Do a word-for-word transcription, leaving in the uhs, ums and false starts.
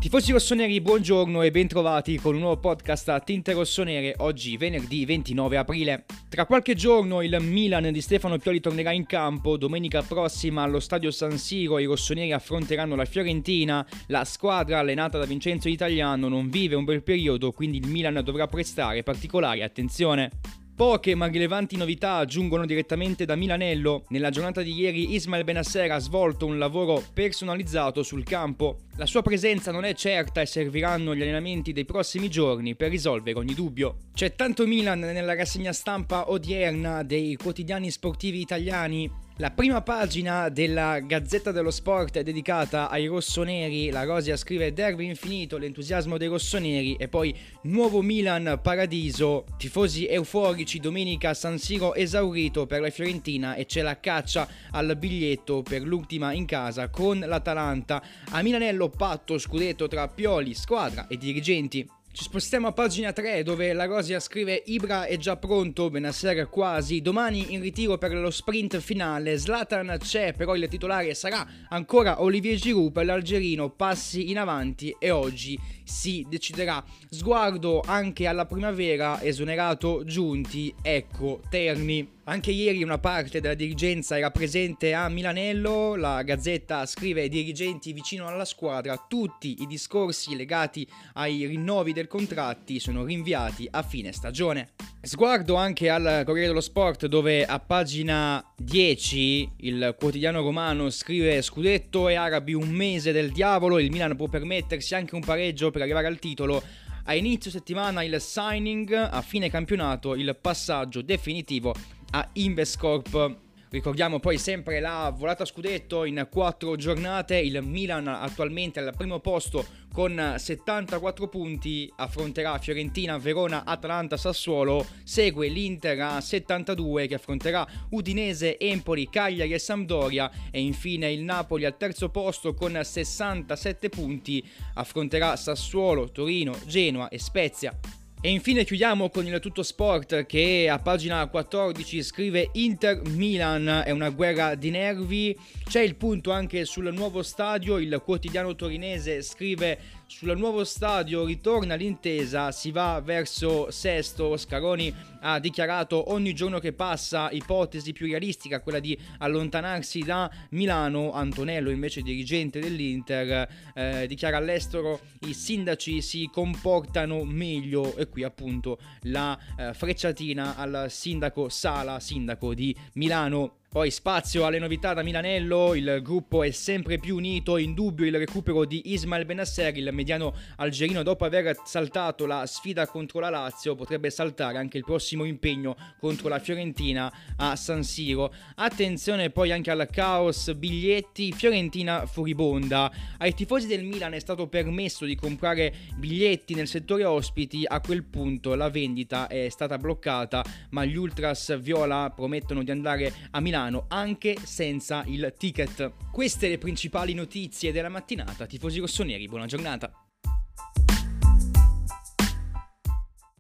Tifosi rossoneri, buongiorno e bentrovati con un nuovo podcast a Tinte Rossonere, oggi venerdì ventinove aprile. Tra qualche giorno il Milan di Stefano Pioli tornerà in campo, domenica prossima allo stadio San Siro i rossoneri affronteranno la Fiorentina, la squadra allenata da Vincenzo Italiano non vive un bel periodo, quindi il Milan dovrà prestare particolare attenzione. Poche ma rilevanti novità giungono direttamente da Milanello. Nella giornata di ieri Ismael Bennacer ha svolto un lavoro personalizzato sul campo. La sua presenza non è certa e serviranno gli allenamenti dei prossimi giorni per risolvere ogni dubbio. C'è tanto Milan nella rassegna stampa odierna dei quotidiani sportivi italiani. La prima pagina della Gazzetta dello Sport è dedicata ai rossoneri, la Rosia scrive derby infinito, l'entusiasmo dei rossoneri e poi nuovo Milan Paradiso, tifosi euforici, domenica San Siro esaurito per la Fiorentina e c'è la caccia al biglietto per l'ultima in casa con l'Atalanta, a Milanello patto scudetto tra Pioli, squadra e dirigenti. Ci spostiamo a pagina tre dove la Rosia scrive Ibra è già pronto, Bennacer quasi, domani in ritiro per lo sprint finale, Zlatan c'è però il titolare sarà ancora Olivier Giroud per l'algerino, passi in avanti e oggi si deciderà. Sguardo anche alla primavera, esonerato Giunti, ecco Terni. Anche ieri una parte della dirigenza era presente a Milanello, la Gazzetta scrive dirigenti vicino alla squadra, tutti i discorsi legati ai rinnovi del contratti sono rinviati a fine stagione. Sguardo anche al Corriere dello Sport dove a pagina dieci il quotidiano romano scrive scudetto e arabi un mese del diavolo, il Milan può permettersi anche un pareggio per arrivare al titolo. A inizio settimana il signing, a fine campionato il passaggio definitivo a Investcorp. Ricordiamo poi sempre la volata a scudetto in quattro giornate, il Milan attualmente al primo posto con settantaquattro punti, affronterà Fiorentina, Verona, Atalanta, Sassuolo, segue l'Inter a settantadue che affronterà Udinese, Empoli, Cagliari e Sampdoria e infine il Napoli al terzo posto con sessantasette punti, affronterà Sassuolo, Torino, Genoa e Spezia. E infine chiudiamo con il Tutto Sport che a pagina quattordici scrive Inter-Milan è una guerra di nervi, c'è il punto anche sul nuovo stadio, il quotidiano torinese scrive sul nuovo stadio ritorna l'intesa, si va verso Sesto, Scaroni ha dichiarato ogni giorno che passa ipotesi più realistica quella di allontanarsi da Milano, Antonello invece dirigente dell'Inter eh, dichiara all'estero i sindaci si comportano meglio e qui appunto la eh, frecciatina al sindaco Sala, sindaco di Milano. Poi spazio alle novità da Milanello, il gruppo è sempre più unito, in dubbio il recupero di Ismael Bennacer, il mediano algerino dopo aver saltato la sfida contro la Lazio potrebbe saltare anche il prossimo impegno contro la Fiorentina a San Siro. Attenzione poi anche al caos biglietti, Fiorentina furibonda, ai tifosi del Milan è stato permesso di comprare biglietti nel settore ospiti, a quel punto la vendita è stata bloccata ma gli ultras viola promettono di andare a Milano anche senza il ticket. Queste le principali notizie della mattinata, tifosi rossoneri, buona giornata.